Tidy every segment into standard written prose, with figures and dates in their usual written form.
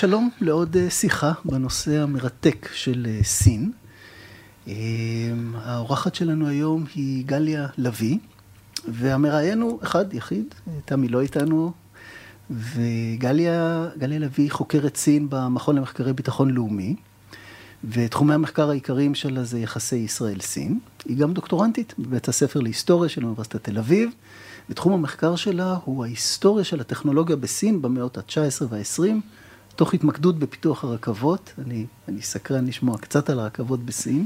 שלום לעוד שיחה בנושא המרתק של סין. האורחת שלנו היום היא גליה לוי, והמראיין הוא אחד יחיד, תמי לא איתנו, וגליה לוי חוקרת סין במכון למחקרי ביטחון לאומי, ותחומי המחקר העיקריים שלה זה יחסי ישראל-סין. היא גם דוקטורנטית בבית הספר להיסטוריה של אוניברסיטת תל אביב, ותחום המחקר שלה הוא ההיסטוריה של הטכנולוגיה בסין במאות ה-19 וה-20, תוך התמקדות בפיתוח הרכבות. אני סקרן לשמוע קצת על הרכבות בסין.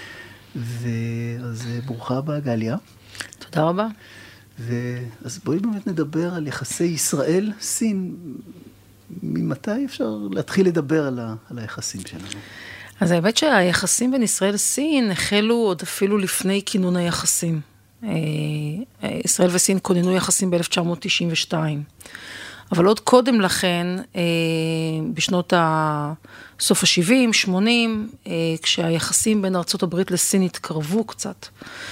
אז ברוכה הבאה, גליה. תודה רבה. אז בואי באמת נדבר על יחסי ישראל-סין. ממתי אפשר להתחיל לדבר על היחסים שלנו? אז האמת שהיחסים בין ישראל-סין החלו עוד אפילו לפני כינון היחסים. ישראל וסין כוננו יחסים ב-1992. אבל עוד קודם לכן, בשנות סוף ה-70, 80, כשהיחסים בין ארצות הברית לסין התקרבו קצת,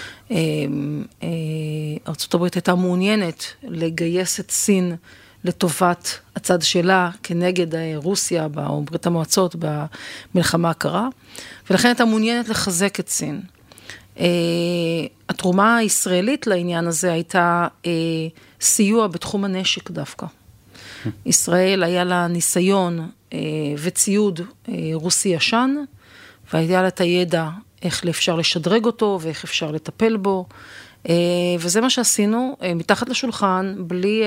ארצות הברית הייתה מעוניינת לגייס את סין לטובת הצד שלה כנגד רוסיה או ברית המועצות במלחמה הקרה, ולכן הייתה מעוניינת לחזק את סין. התרומה הישראלית לעניין הזה הייתה סיוע בתחום הנשק דווקא. ישראל היה לה ניסיון וציוד רוסי ישן, והיה לה את הידע איך אפשר לשדרג אותו ואיך אפשר לטפל בו, וזה מה שעשינו מתחת לשולחן, בלי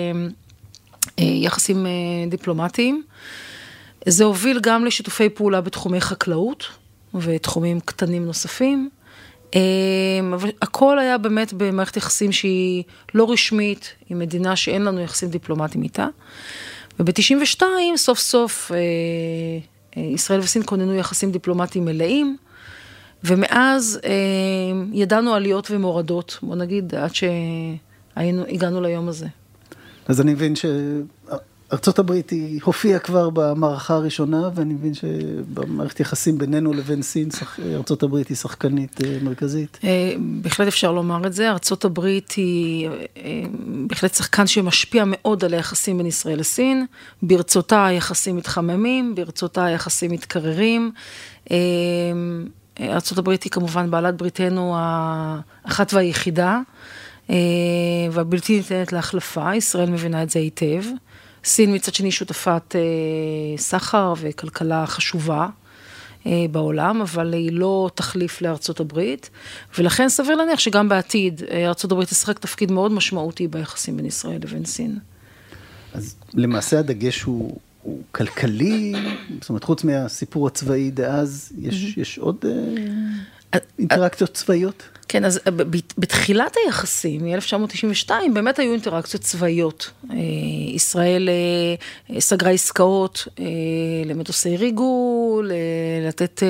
יחסים דיפלומטיים. זה הוביל גם לשיתופי פעולה בתחומי חקלאות ותחומים קטנים נוספים, אבל הכל היה באמת במערכת יחסים שהיא לא רשמית, עם מדינה שאין לנו יחסים דיפלומטיים איתה. וב-92 סוף סוף ישראל וסין כוננו יחסים דיפלומטיים מלאים, ומאז ידענו עליות ומורדות, בוא נגיד, עד שהגענו ליום הזה. אז אני מבין שארצות הברית היא הופיעה כבר במערכה הראשונה, ואני מבין שבמערכת יחסים בינינו לבין סין, ארצות הברית היא שחקנית מרכזית. בהחלט אפשר לומר את זה. ארצות הברית היא בהחלט שחקן שמשפיע מאוד על היחסים בין ישראל לסין. ברצותה היחסים מתחממים, ברצותה היחסים מתקררים. ארצות הברית היא כמובן בעלת בריתנו האחת והיחידה, והבלתי ניתנת להחלפה. ישראל מבינה את זה היטב. סין מצד שני שותפת סחר וכלכלה חשובה בעולם, אבל היא לא תחליף לארצות הברית, ולכן סביר להניח שגם בעתיד ארצות הברית תשחק תפקיד מאוד משמעותי ביחסים בין ישראל לבין סין. אז למעשה הדגש הוא כלכלי, זאת אומרת, חוץ מהסיפור הצבאי דאז, יש עוד אינטראקציות צבאיות? כן, אז בתחילת היחסים, מ-1992, באמת היו אינטראקציות צבאיות. ישראל סגרה עסקאות למטוסי ריגול, לתת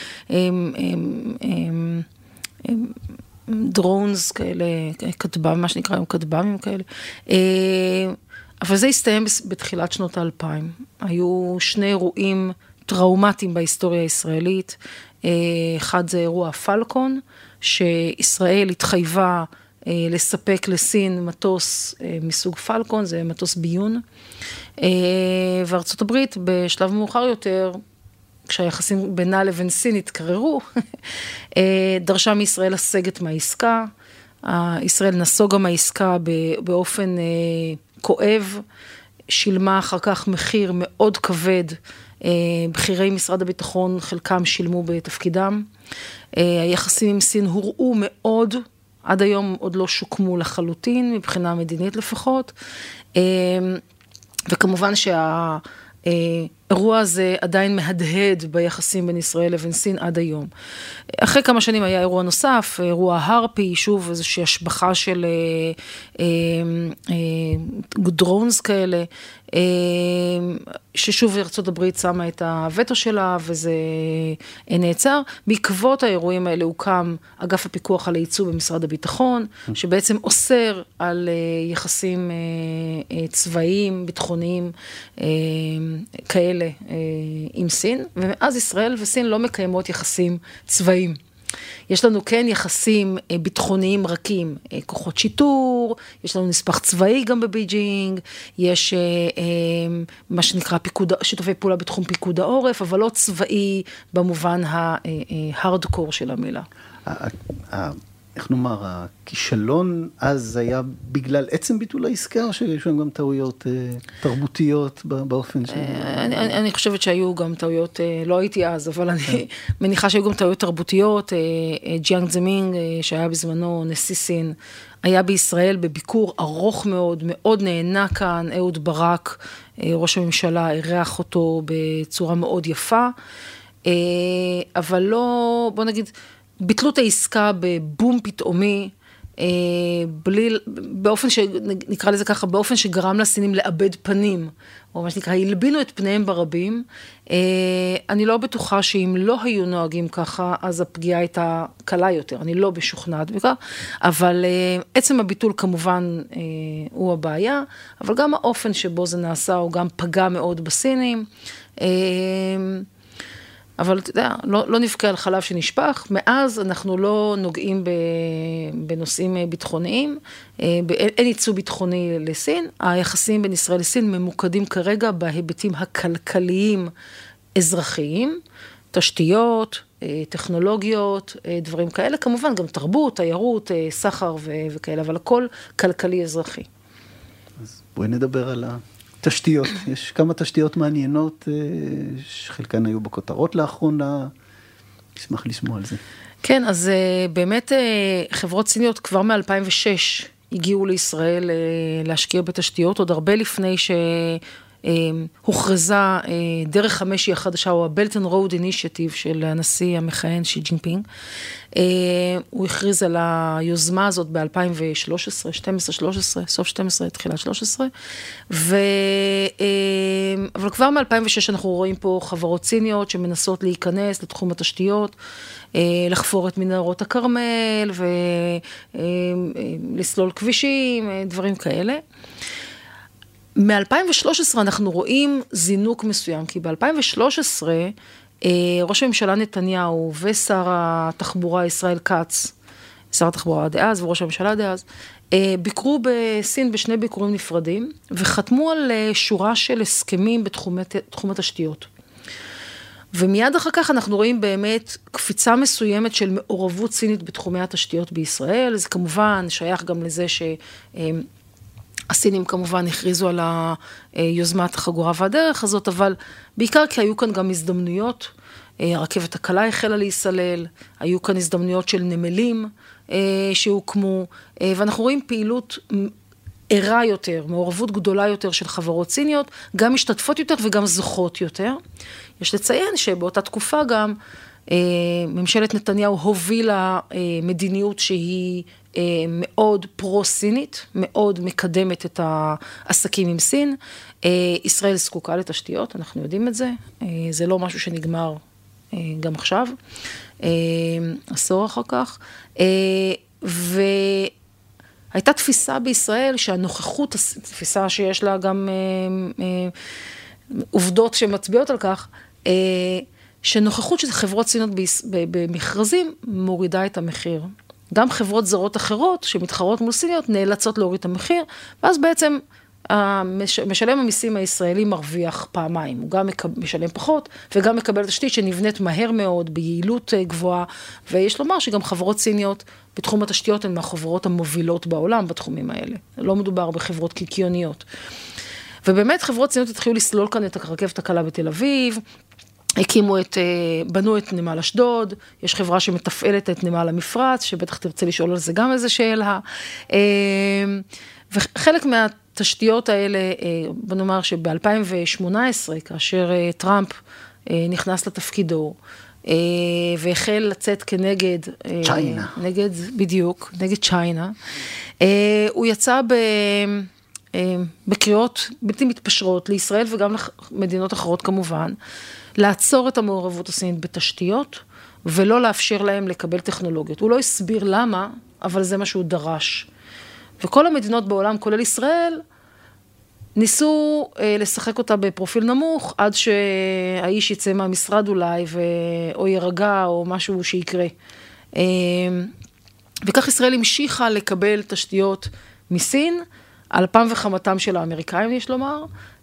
דרונס כאלה, כטב"מים, מה שנקרא היום כטב"מים כאלה. אבל זה הסתיים בתחילת שנות ה-2000. היו שני אירועים טראומטיים בהיסטוריה הישראלית. אחד זה אירוע הפלקון, שישראל התחייבה לספק לסין מטוס מסוג פלקון, זה מטוס ביון, וארצות הברית בשלב מאוחר יותר, כשהיחסים בינה לבין סין התקררו, דרשה מישראל לסגת מהעסקה. ישראל נסוגה מהעסקה באופן כואב, שילמה אחר כך מחיר מאוד כבד, בכירי משרד הביטחון חלקם שילמו בתפקידם, היחסים עם סין הורעו מאוד, עד היום עוד לא שוקמו לחלוטין, מבחינה מדינית לפחות, וכמובן האירוע הזה עדיין מהדהד ביחסים בין ישראל לבין סין עד היום. אחרי כמה שנים היה אירוע נוסף, אירוע הרפי, שוב איזושהי השבחה של דרונס כאלה, ששוב ארצות הברית שמה את הווטו שלה, וזה נעצר. בעקבות האירועים האלה הוקם אגף הפיקוח על הייצוא במשרד הביטחון, שבעצם אוסר על יחסים צבאיים, ביטחוניים, כאלה עם סין, ומאז ישראל וסין לא מקיימות יחסים צבאיים. יש לנו כן יחסים ביטחוניים רכים, כוחות שיטור, יש לנו נספח צבאי גם בבייג'ינג, יש מה שנקרא שיתופי פעולה בתחום פיקוד העורף, אבל לא צבאי במובן ההארדקור של המילה. איך נאמר, הכישלון אז היה בגלל עצם ביטול העסקה, או שיש שם גם טעויות תרבותיות באופן ש... אני חושבת שהיו גם טעויות, לא הייתי אז, אבל אני מניחה שהיו גם טעויות תרבותיות. ג'יאנג זמינג, שהיה בזמנו נשיא סין, היה בישראל בביקור ארוך מאוד, מאוד נהנה כאן, אהוד ברק, ראש הממשלה, אירח אותו בצורה מאוד יפה, אבל לא, בוא נגיד, ביטלו את העסקה בבום פתאומי, באופן שנקרא לזה ככה, באופן שגרם לסינים לאבד פנים, או מה שנקרא, הלבינו את פניהם ברבים. אני לא בטוחה שאם לא היו נוהגים ככה, אז הפגיעה הייתה קלה יותר, אני לא משוכנעת בכך, אבל עצם הביטול כמובן הוא הבעיה, אבל גם האופן שבו זה נעשה, הוא גם פגע מאוד בסינים, אבל אתה יודע, לא נבכה על חלב שנשפך, מאז אנחנו לא נוגעים בנושאים ביטחוניים, אין ייצוא ביטחוני לסין, היחסים בין ישראל לסין ממוקדים כרגע בהיבטים הכלכליים אזרחיים, תשתיות, טכנולוגיות, דברים כאלה, כמובן גם תרבות, תיירות, סחר וכאלה, אבל הכל כלכלי אזרחי. אז בואי נדבר על תשתיות, יש כמה תשתיות מעניינות, שחלקן היו בכותרות לאחרונה, נשמח לשמוע על זה. כן, אז באמת חברות סיניות כבר מ-2006 הגיעו לישראל להשקיע בתשתיות, עוד הרבה לפני שהוכרזה דרך 5 החדשה, או ה-Belt and Road Initiative של הנשיא המכהן שי ג'ינפינג. הוא הכריז על היוזמה הזאת ב-2013, 12-13, סוף 12, תחילת 13, אבל כבר מ-2006 אנחנו רואים פה חברות סיניות שמנסות להיכנס לתחום התשתיות, לחפור את מנהרות הכרמל ולסלול כבישים, דברים כאלה. מ-2013 אנחנו רואים זינוק מסוים, כי ב-2013 ראש הממשלה נתניהו ושר התחבורה ישראל כץ, שר התחבורה דאז וראש הממשלה דאז, ביקרו בסין בשני ביקורים נפרדים, וחתמו על שורה של הסכמים בתחום התשתיות. ומיד אחר כך אנחנו רואים באמת קפיצה מסוימת של מעורבות סינית בתחומי התשתיות בישראל, זה כמובן שייך גם לזה הסינים כמובן הכריזו על היוזמת החגורה והדרך הזאת, אבל בעיקר כי היו כאן גם הזדמנויות, הרכבת הקלה החלה להיסלל, היו כאן הזדמנויות של נמלים שהוקמו, ואנחנו רואים פעילות ערה יותר, מעורבות גדולה יותר של חברות סיניות, גם משתתפות יותר וגם זוכות יותר. יש לציין שבאותה תקופה גם ממשלת נתניהו הובילה מדיניות שהיא מאוד פרו-סינית, מאוד מקדמת את העסקים עם סין. ישראל זקוקה לתשתיות, אנחנו יודעים את זה. זה לא משהו שנגמר גם עכשיו, עשור אחר כך. והייתה תפיסה בישראל שהנוכחות, תפיסה שיש לה גם עובדות שמצביעות על כך, שנוכחות של חברות סיניות במכרזים מורידה את המחיר. גם חברות זרות אחרות שמתחרות מול סיניות נאלצות להוריד את המחיר, ואז בעצם משלם המיסים הישראלי מרוויח פעמיים. הוא גם משלם פחות וגם מקבל תשתית שנבנית מהר מאוד, ביעילות גבוהה, ויש לומר שגם חברות סיניות בתחום התשתיות הן מהחברות המובילות בעולם בתחומים האלה. לא מדובר בחברות קיקיוניות. ובאמת חברות סיניות התחילו לסלול כאן את הרכבת הקלה בתל אביב, בנו את נמל אשדוד, יש חברה שמתפעלת את נמל המפרץ, שבטח תרצה לשאול על זה גם איזה שאלה. וחלק מהתשתיות האלה, בוא נאמר שב-2018, כאשר טראמפ נכנס לתפקידו, והחל לצאת כנגד... צ'יינה. בדיוק, נגד צ'יינה. הוא יצא בקריאות בלתי מתפשרות לישראל וגם למדינות אחרות כמובן, לעצור את המעורבות הסינית בתשתיות, ולא לאפשר להם לקבל טכנולוגיות. הוא לא הסביר למה, אבל זה מה שהוא דרש. וכל המדינות בעולם, כולל ישראל, ניסו לשחק אותה בפרופיל נמוך, עד שהאיש יצא מהמשרד אולי, או ירגע, או משהו שיקרה. וכך ישראל המשיכה לקבל תשתיות מסין, על אפם וחמתם של האמריקאים, יש לומר,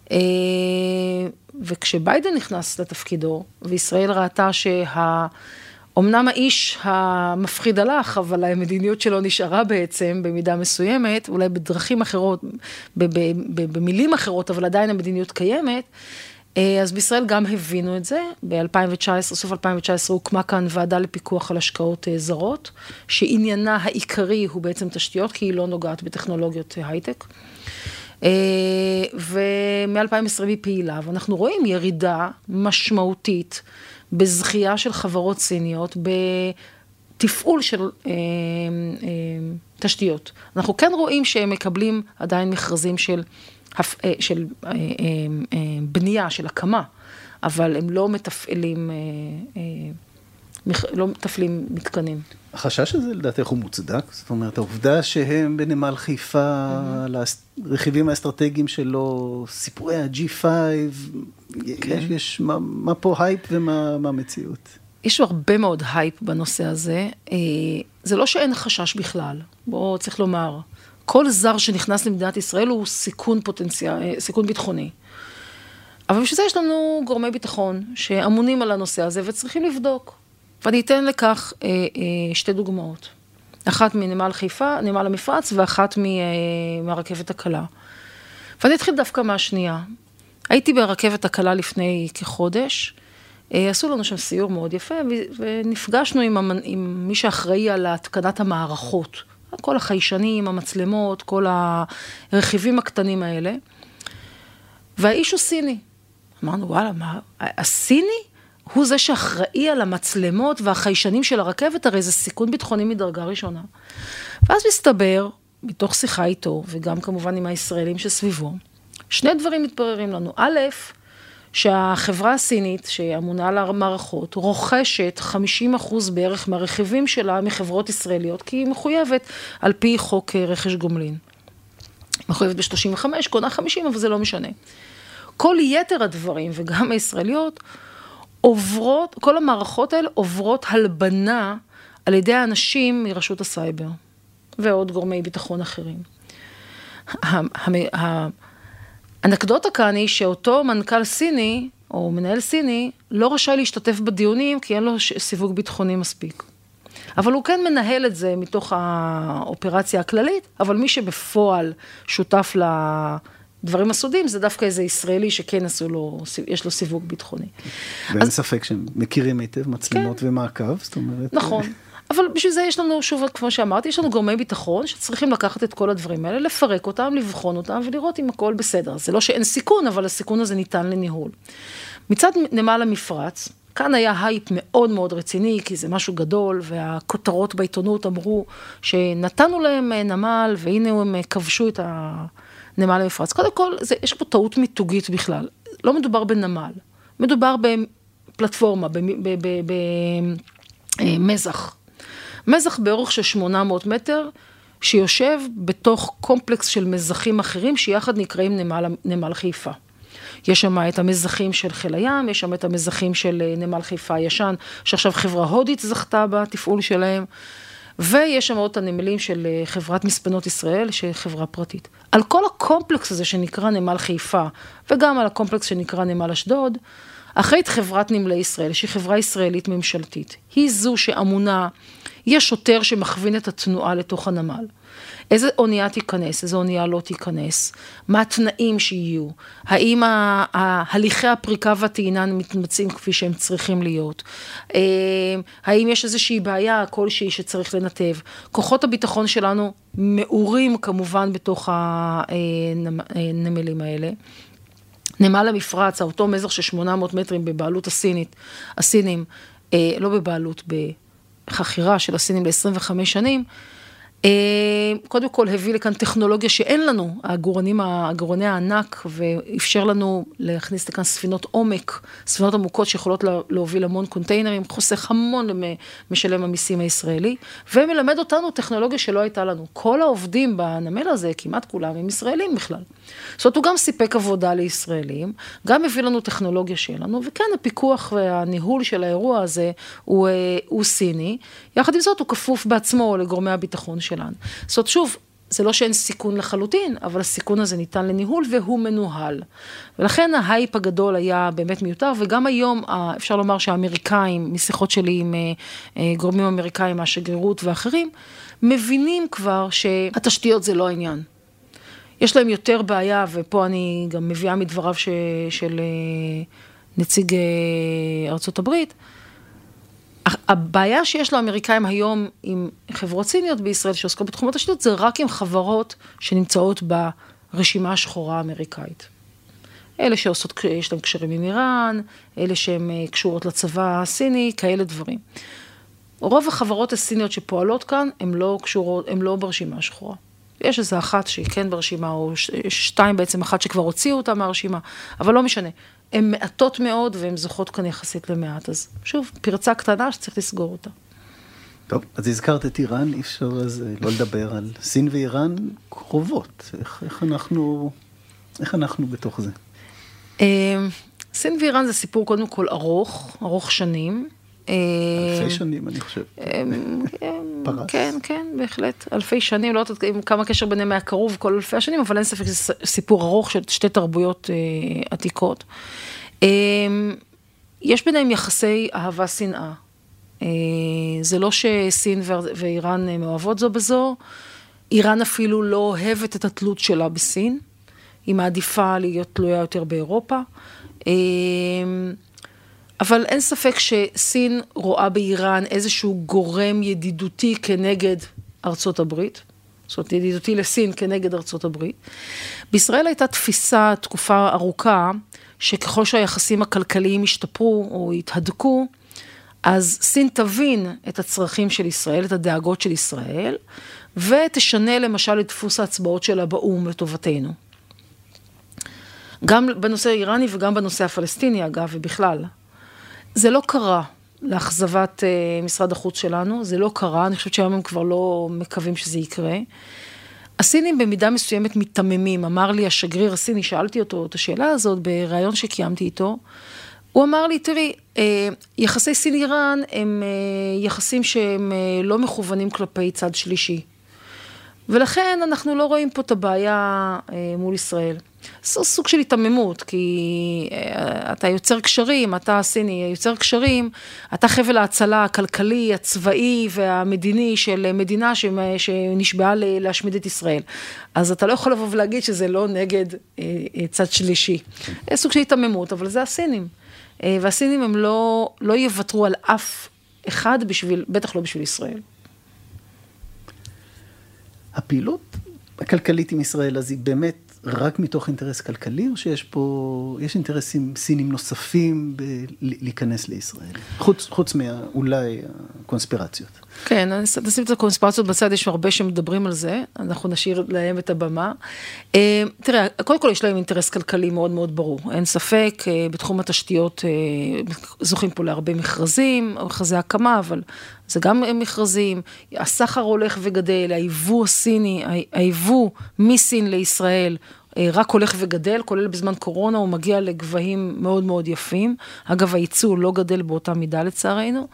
וכשביידן נכנס לתפקידו, וישראל ראתה אמנם האיש המפחיד הלך, אבל המדיניות שלו נשארה בעצם במידה מסוימת, אולי בדרכים אחרות, במילים אחרות, אבל עדיין המדיניות קיימת, אז בישראל גם הבינו את זה. ב-2019, סוף 2019, הוקמה כאן ועדה לפיקוח על השקעות זרות, שעניינה העיקרי הוא בעצם תשתיות, כי היא לא נוגעת בטכנולוגיות הייטק. ומ-2020 היא פעילה, ואנחנו רואים ירידה משמעותית בזכייה של חברות סיניות, בתפעול של תשתיות. אנחנו כן רואים שהם מקבלים עדיין מכרזים של בנייה, של הקמה, אבל הם לא מתפעלים מתקנים. החשש הזה לדעתך הוא מוצדק? זאת אומרת, העובדה שהם בנמל חיפה, לרכיבים האסטרטגיים שלו, סיפורי ה-G5, יש מה פה הייפ ומה מציאות? יש הרבה מאוד הייפ בנושא הזה. זה לא שאין חשש בכלל. בואו צריך לומר, כל זר שנכנס למדינת ישראל הוא סיכון ביטחוני. אבל בשביל זה יש לנו גורמי ביטחון שאמונים על הנושא הזה וצריכים לבדוק. ואני אתן לכך שתי דוגמאות. אחת מנמל חיפה, נמל המפרץ, ואחת מהרכבת הקלה. ואני אתחיל דווקא מהשנייה. הייתי ברכבת הקלה לפני כחודש, עשו לנו שם סיור מאוד יפה, ונפגשנו עם מי שאחראי על התקנת המערכות. כל החיישנים, המצלמות, כל הרכיבים הקטנים האלה. והאיש הוא סיני. אמרנו, וואלה, מה? הסיני? הוא זה שאחראי על המצלמות והחיישנים של הרכבת, הרי זה סיכון ביטחוני מדרגה ראשונה. ואז מסתבר, מתוך שיחה איתו, וגם כמובן עם הישראלים שסביבו, שני דברים מתבררים לנו. א', שהחברה הסינית, שאמונה על המערכות, רוכשת 50% בערך מהרכיבים שלה מחברות ישראליות, כי היא מחויבת על פי חוק רכש גומלין. מחויבת ב-35, קונה 50, אבל זה לא משנה. כל יתר הדברים, וגם הישראליות, כל המערכות האלה עוברות הלבנה על ידי האנשים מרשות הסייבר, ועוד גורמי ביטחון אחרים. האנקדוטה כאן היא שאותו מנכ"ל סיני, או מנהל סיני, לא רשאי להשתתף בדיונים, כי אין לו סיווג ביטחוני מספיק. אבל הוא כן מנהל את זה מתוך האופרציה הכללית, אבל מי שבפועל שותף דברים הסודיים, זה דווקא איזה ישראלי שכן יש לו סיווג ביטחוני. ואין ספק שהם מכירים היטב מצלמות ומעקב, זאת אומרת... נכון, אבל בשביל זה יש לנו, שוב, כמו שאמרתי, יש לנו גורמי ביטחון שצריכים לקחת את כל הדברים האלה, לפרק אותם, לבחון אותם ולראות אם הכל בסדר. זה לא שאין סיכון, אבל הסיכון הזה ניתן לניהול. מצד נמל המפרץ, כאן היה הייפ מאוד מאוד רציני, כי זה משהו גדול, והכותרות בעיתונות אמרו שנתנו להם נמל, והנה הם כבשו את נמל המפרץ. קודם כל, יש פה טעות מיתוגית בכלל. לא מדובר בנמל, מדובר בפלטפורמה, במזח. מזח באורך של 800 מטר, שיושב בתוך קומפלקס של מזחים אחרים, שיחד נקראים נמל חיפה. יש שם את המזחים של חיל הים, יש שם את המזחים של נמל חיפה הישן, שעכשיו חברה הודית זכתה בתפעול שלהם, ויש שם עוד את הנמלים של חברת מספנות ישראל, שהיא חברה פרטית. על כל הקומפלקס הזה שנקרא נמל חיפה, וגם על הקומפלקס שנקרא נמל אשדוד, אחרית חברת נמלי ישראל, שהיא חברה ישראלית ממשלתית, היא זו שאמונה, היא השוטר שמכווין את התנועה לתוך הנמל. איזה אונייה תיכנס, איזה אונייה לא תיכנס, מה התנאים שיהיו, האם הליכי הפריקה והטעינה מתמצאים כפי שהם צריכים להיות, האם יש איזושהי בעיה כלשהי שצריך לנתב. כוחות הביטחון שלנו מעורים כמובן בתוך הנמלים האלה. נמל המפרץ, אותו מזח של 800 מטרים בבעלות הסינים, לא בבעלות, בחכירה של הסינים ל-25 שנים, קודם כל הביא לכאן טכנולוגיה שאין לנו, העגורני הענק, ואפשר לנו להכניס לכאן ספינות עומק, ספינות עמוקות שיכולות להוביל המון קונטיינרים, חוסך המון משלם המיסים הישראלי, ומלמד אותנו טכנולוגיה שלא הייתה לנו. כל העובדים בנמל הזה, כמעט כולם, הם ישראלים בכלל. זאת אומרת, הוא גם סיפק עבודה לישראלים, גם הביא לנו טכנולוגיה שלנו, וכן, הפיקוח והניהול של האירוע הזה הוא סיני, יחד עם זאת הוא כפוף בעצמו לגורמי הביטחון שלנו. זאת אומרת, שוב, זה לא שאין סיכון לחלוטין, אבל הסיכון הזה ניתן לניהול והוא מנוהל. ולכן ההייפ הגדול היה באמת מיותר, וגם היום אפשר לומר שהאמריקאים, משיחות שלי עם גורמים אמריקאים, השגרירות ואחרים, מבינים כבר שהתשתיות זה לא העניין. יש להם יותר בעיה, ופה אני גם מביאה מדבריו של נציג ארצות הברית, הבעיה שיש לאמריקאים היום עם חברות סיניות בישראל שעוסקות בתחום התשתיות, זה רק עם חברות שנמצאות ברשימה השחורה האמריקאית. אלה שעושות, יש להם קשרים עם איראן, אלה שהן קשורות לצבא הסיני, כאלה דברים. רוב החברות הסיניות שפועלות כאן, הן לא קשורות, הן לא ברשימה השחורה. יש איזו אחת שהיא כן ברשימה, או שתיים בעצם, אחת שכבר הוציאו אותה מהרשימה, אבל לא משנה. הן מעטות מאוד, והן זוכות כאן יחסית למעט. אז שוב, פרצה קטנה שצריך לסגור אותה. טוב, אז הזכרת את איראן, אי אפשר אז לא לדבר על סין ואיראן קרובות. איך אנחנו בתוך זה? סין ואיראן זה סיפור קודם כל ארוך שנים. אלפי שנים, אני חושב. פרס. כן, כן, בהחלט. אלפי שנים, לא יודעת כמה קשר ביניהם היה קרוב כל אלפי השנים, אבל אין ספק שזה סיפור ארוך של שתי תרבויות עתיקות. יש ביניהם יחסי אהבה-שנאה. זה לא שסין ואיראן מאוהבות זו בזו, איראן אפילו לא אוהבת את התלות שלה בסין, היא מעדיפה להיות תלויה יותר באירופה, אבל אין ספק שסין רואה באיראן איזשהו גורם ידידותי כנגד ארצות הברית, זאת אומרת, ידידותי לסין כנגד ארצות הברית. בישראל הייתה תפיסה תקופה ארוכה, שככל שהיחסים הכלכליים השתפרו או התהדקו, אז סין תבין את הצרכים של ישראל, את הדאגות של ישראל, ותשנה למשל את דפוס ההצבעות שלה באום לטובתנו. גם בנושא האיראני וגם בנושא הפלסטיני, אגב, ובכלל. זה לא קרה לאכזבת משרד החוץ שלנו, זה לא קרה, אני חושבת שהיום הם כבר לא מקווים שזה יקרה. הסינים במידה מסוימת מתממים, אמר לי השגריר הסיני, שאלתי אותו את השאלה הזאת בראיון שקיימתי איתו, הוא אמר לי, תראי, יחסי סין-איראן הם יחסים שהם לא מכוונים כלפי צד שלישי. ולכן אנחנו לא רואים פה את הבעיה מול ישראל. זה סוג של התממות, כי אתה יוצר קשרים, אתה הסיני יוצר קשרים, אתה חבל ההצלה הכלכלי, הצבאי והמדיני של מדינה שנשבעה להשמיד את ישראל. אז אתה לא יכול לבוא ולהגיד שזה לא נגד צד שלישי. זה סוג של התממות, אבל זה הסינים. והסינים הם לא יוותרו על אף אחד בטח לא בשביל ישראל. הפעילות הכלכלית עם ישראל, אז היא באמת רק מתוך אינטרס כלכלי, או יש אינטרסים סינים נוספים להיכנס לישראל? חוץ מאולי הקונספירציות. כן, נשים את הקונספירציות בצד, יש הרבה שמדברים על זה, אנחנו נשאיר להם את הבמה. תראה, קודם כל יש להם אינטרס כלכלי מאוד מאוד ברור, אין ספק, בתחום התשתיות זוכים פה להרבה מכרזים, מכרזי הקמה, אבל זה גם מכרזים, הסחר הולך וגדל, היבוא הסיני, היבוא מסין לישראל, רק הולך וגדל, כולל בזמן קורונה, הוא מגיע לגבהים מאוד מאוד יפים, אגב הייצוא לא גדל באותה מידה לצערנו,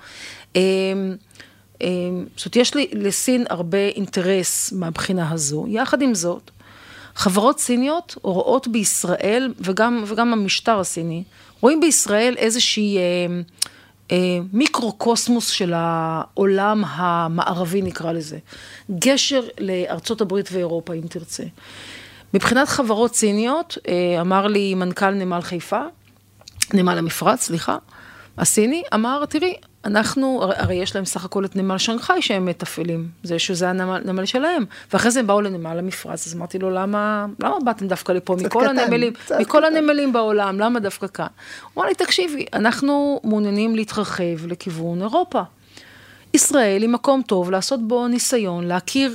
זאת אומרת, יש לי לסין הרבה אינטרס מהבחינה הזו. יחד עם זאת, חברות סיניות רואות בישראל, וגם המשטר הסיני, רואים בישראל איזושהי מיקרוקוסמוס של העולם המערבי, נקרא לזה. גשר לארצות הברית ואירופה, אם תרצה. מבחינת חברות סיניות, אמר לי מנכ"ל נמל חיפה, נמל המפרץ, סליחה, הסיני, אמר, תראי, הרי יש להם סך הכל את נמל שנגחאי שהם מתפעלים, שזה הנמל שלהם, ואחרי זה הם באו לנמל המפרץ, אז אמרתי לו, למה באתם דווקא לפה, מכל הנמלים בעולם, למה דווקא כאן? הוא אמר לי, תקשיבי, אנחנו מעוניינים להתרחב לכיוון אירופה. ישראל היא מקום טוב לעשות בו ניסיון, להכיר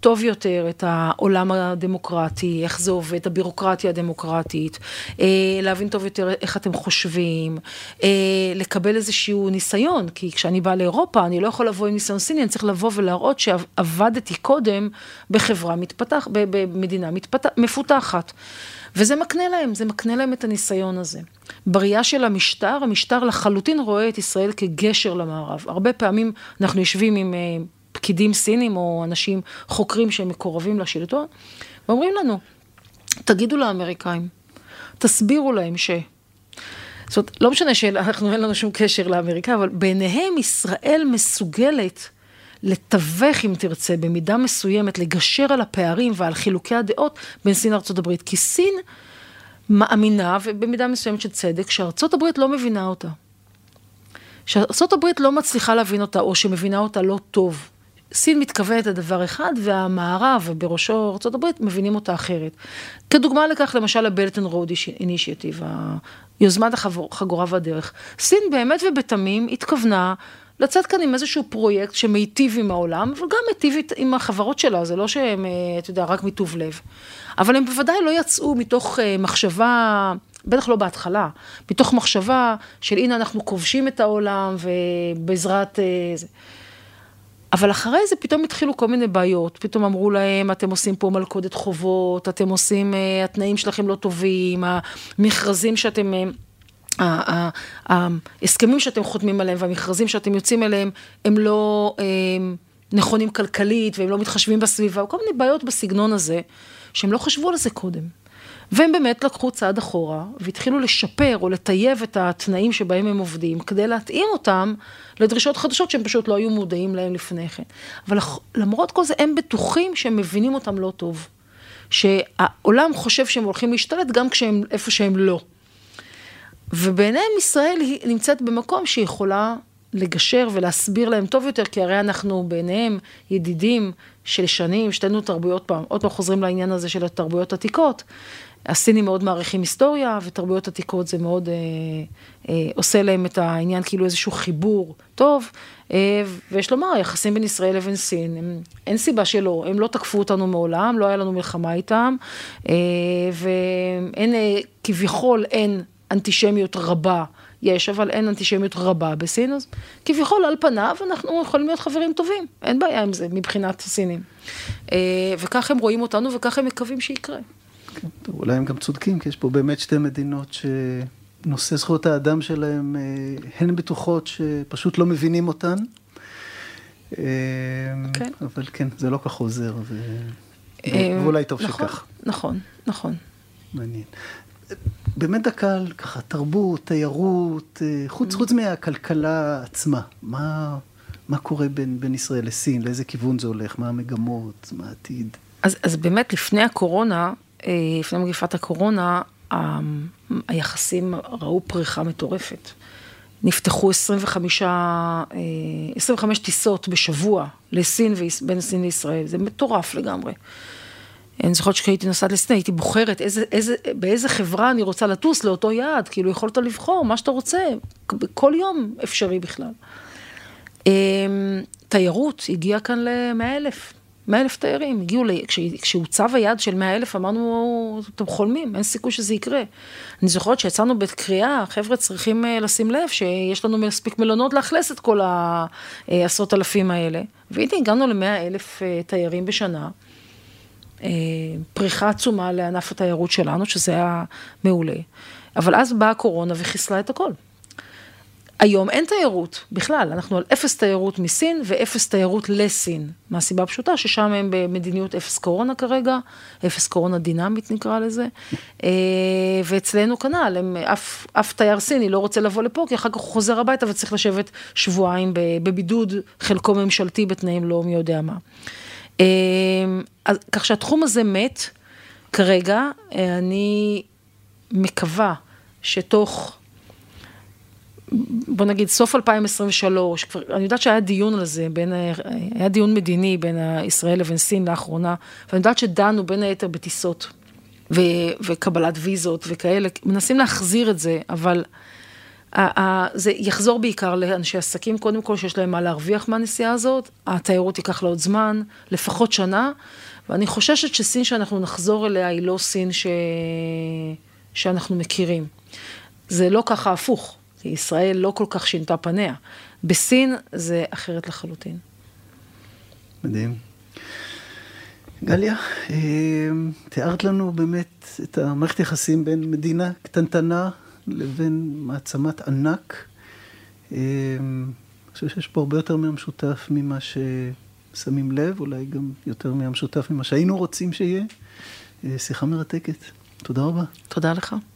טוב יותר את העולם הדמוקרטי, איך זה עובד, את הבירוקרטיה הדמוקרטית, להבין טוב יותר איך אתם חושבים, לקבל איזשהו ניסיון, כי כשאני באה לאירופה, אני לא יכול לבוא עם ניסיון סיני, אני צריך לבוא ולהראות שעבדתי קודם בחברה במדינה מפותחת. וזה מקנה להם, זה מקנה להם את הניסיון הזה. בראייה של המשטר לחלוטין רואה את ישראל כגשר למערב. הרבה פעמים אנחנו יושבים עם פקידים סינים או אנשים חוקרים שהם מקורבים לשלטון, ואומרים לנו, תגידו לאמריקאים, תסבירו להם זאת אומרת, לא משנה שאנחנו אין לנו שום קשר לאמריקה, אבל ביניהם ישראל מסוגלת לתווך, אם תרצה, במידה מסוימת, לגשר על הפערים ועל חילוקי הדעות בין סין לארצות הברית. כי סין מאמינה, ובמידה מסוימת של צדק, שארצות הברית לא מבינה אותה. שארצות הברית לא מצליחה להבין אותה, או שמבינה אותה לא טוב. סין מתכוונת לדבר אחד, והמערב, ובראשו ארצות הברית, מבינים אותה אחרת. כדוגמה לכך, למשל, ה-Belt and Road Initiative, יוזמת החגורה והדרך. סין באמת ובתמים התכוונה לצאת כאן עם איזשהו פרויקט שמיטיב עם העולם, אבל גם מיטיב עם החברות שלה, זה לא שהם, אתה יודע, רק מטוב לב. אבל הם בוודאי לא יצאו מתוך מחשבה, בטח לא בהתחלה, מתוך מחשבה של הנה אנחנו כובשים את העולם ובעזרת זה. אבל אחרי זה פתאום התחילו כל מיני בעיות, פתאום אמרו להם, אתם עושים פה מלכודת חובות, אתם עושים, התנאים שלכם לא טובים, המכרזים שאתם, ההסכמים שאתם חותמים עליהם, והמכרזים שאתם יוצאים אליהם, הם לא נכונים כלכלית, והם לא מתחשבים בסביבה, וכל מיני בעיות בסגנון הזה, שהם לא חשבו על זה קודם. והם באמת לקחו צעד אחורה, והתחילו לשפר או לטייב את התנאים שבהם הם עובדים, כדי להתאים אותם לדרישות חדשות שהם פשוט לא היו מודעים להם לפני כן. אבל למרות כל זה, הם בטוחים שהם מבינים אותם לא טוב. שהעולם חושב שהם הולכים להשתלט גם איפה שהם לא. וביניהם ישראל היא נמצאת במקום שהיא יכולה לגשר ולהסביר להם טוב יותר, כי הרי אנחנו ביניהם ידידים של שנים, שתינו תרבויות עוד פעם חוזרים לעניין הזה של התרבויות עתיקות. הסינים מאוד מעריכים היסטוריה, ותרבויות עתיקות זה מאוד עושה להם את העניין כאילו איזשהו חיבור טוב, ויש לומר, היחסים בין ישראל לבין סין, אין סיבה שלא, הם לא תקפו אותנו מעולם, לא היה לנו מלחמה איתם, ואין כביכול אין אנטישמיות רבה, יש, אבל אין אנטישמיות רבה בסין, אז כביכול על פניו אנחנו יכולים להיות חברים טובים, אין בעיה עם זה מבחינת הסינים. וכך הם רואים אותנו וכך הם מקווים שיקרה. כן, טוב, אולי הם גם צודקים, כי יש פה באמת שתי מדינות שנושא זכויות האדם שלהם, הן בטוחות שפשוט לא מבינים אותן. כן. אבל כן, זה לא כך עוזר, ואולי טוב שכך. נכון, נכון. מעניין. באמת דקה, ככה, תרבות, תיירות, חוץ מהכלכלה עצמה, מה קורה בין ישראל לסין? לאיזה כיוון זה הולך? מה המגמות? מה העתיד? אז באמת לפני הקורונה, לפני מגפת הקורונה, היחסים ראו פריחה מטורפת. נפתחו 25 טיסות בשבוע לסין בין סין לישראל. זה מטורף לגמרי. אני זוכרת שהייתי נוסעת לסין, הייתי בוחרת באיזה חברה אני רוצה לטוס לאותו יעד, כאילו יכולת לבחור מה שאתה רוצה, כל יום אפשרי בכלל. תיירות הגיעה כאן ל100,000 תיירים, הגיעו, כשהוצב היעד של 100,000, אמרנו, אתם חולמים, אין סיכוי שזה יקרה. אני זוכרת שיצאנו בקריאה, חבר'ה צריכים לשים לב, שיש לנו מספיק מלונות לאכלס את כל העשרות אלפים האלה, והנה הגענו ל100,000 תיירים בשנה, פריחה עצומה לענף התיירות שלנו, שזה היה מעולה. אבל אז באה הקורונה וחיסלה את הכל. היום אין תיירות בכלל, אנחנו על 0 תיירות מסין ו0 תיירות לסין. מהסיבה הפשוטה ששם הם במדיניות 0 קורונה כרגע, 0 קורונה דינמית נקרא לזה, ואצלנו כנ"ל, אף תייר סיני לא רוצה לבוא לפה, כי אחר כך הוא חוזר הביתה וצריך לשבת שבועיים בבידוד, חלקו ממשלתי בתנאים לא מי יודע מה. כך שהתחום הזה מת, כרגע אני מקווה שתוך, בוא נגיד, סוף 2023, אני יודעת שהיה דיון על זה, היה דיון מדיני בין ישראל לבין סין לאחרונה, ואני יודעת שדנו בין היתר בטיסות וקבלת ויזות וכאלה, מנסים להחזיר את זה, אבל זה יחזור בעיקר לאנשי עסקים, קודם כל שיש להם מה להרוויח מהנסיעה הזאת, התיירות ייקח לה עוד זמן, לפחות שנה, ואני חוששת שסין שאנחנו נחזור אליה היא לא סין שאנחנו מכירים. זה לא ככה הפוך, כי ישראל לא כל כך שינתה פניה. בסין זה אחרת לחלוטין. מדהים. גליה, תיארת לנו באמת את המערכת יחסים בין מדינה קטנטנה לבין מעצמת ענק. אני חושב שיש פה הרבה יותר מהמשותף ממה ששמים לב, אולי גם יותר מהמשותף ממה שהיינו רוצים שיהיה. שיחה מרתקת. תודה רבה. תודה לך.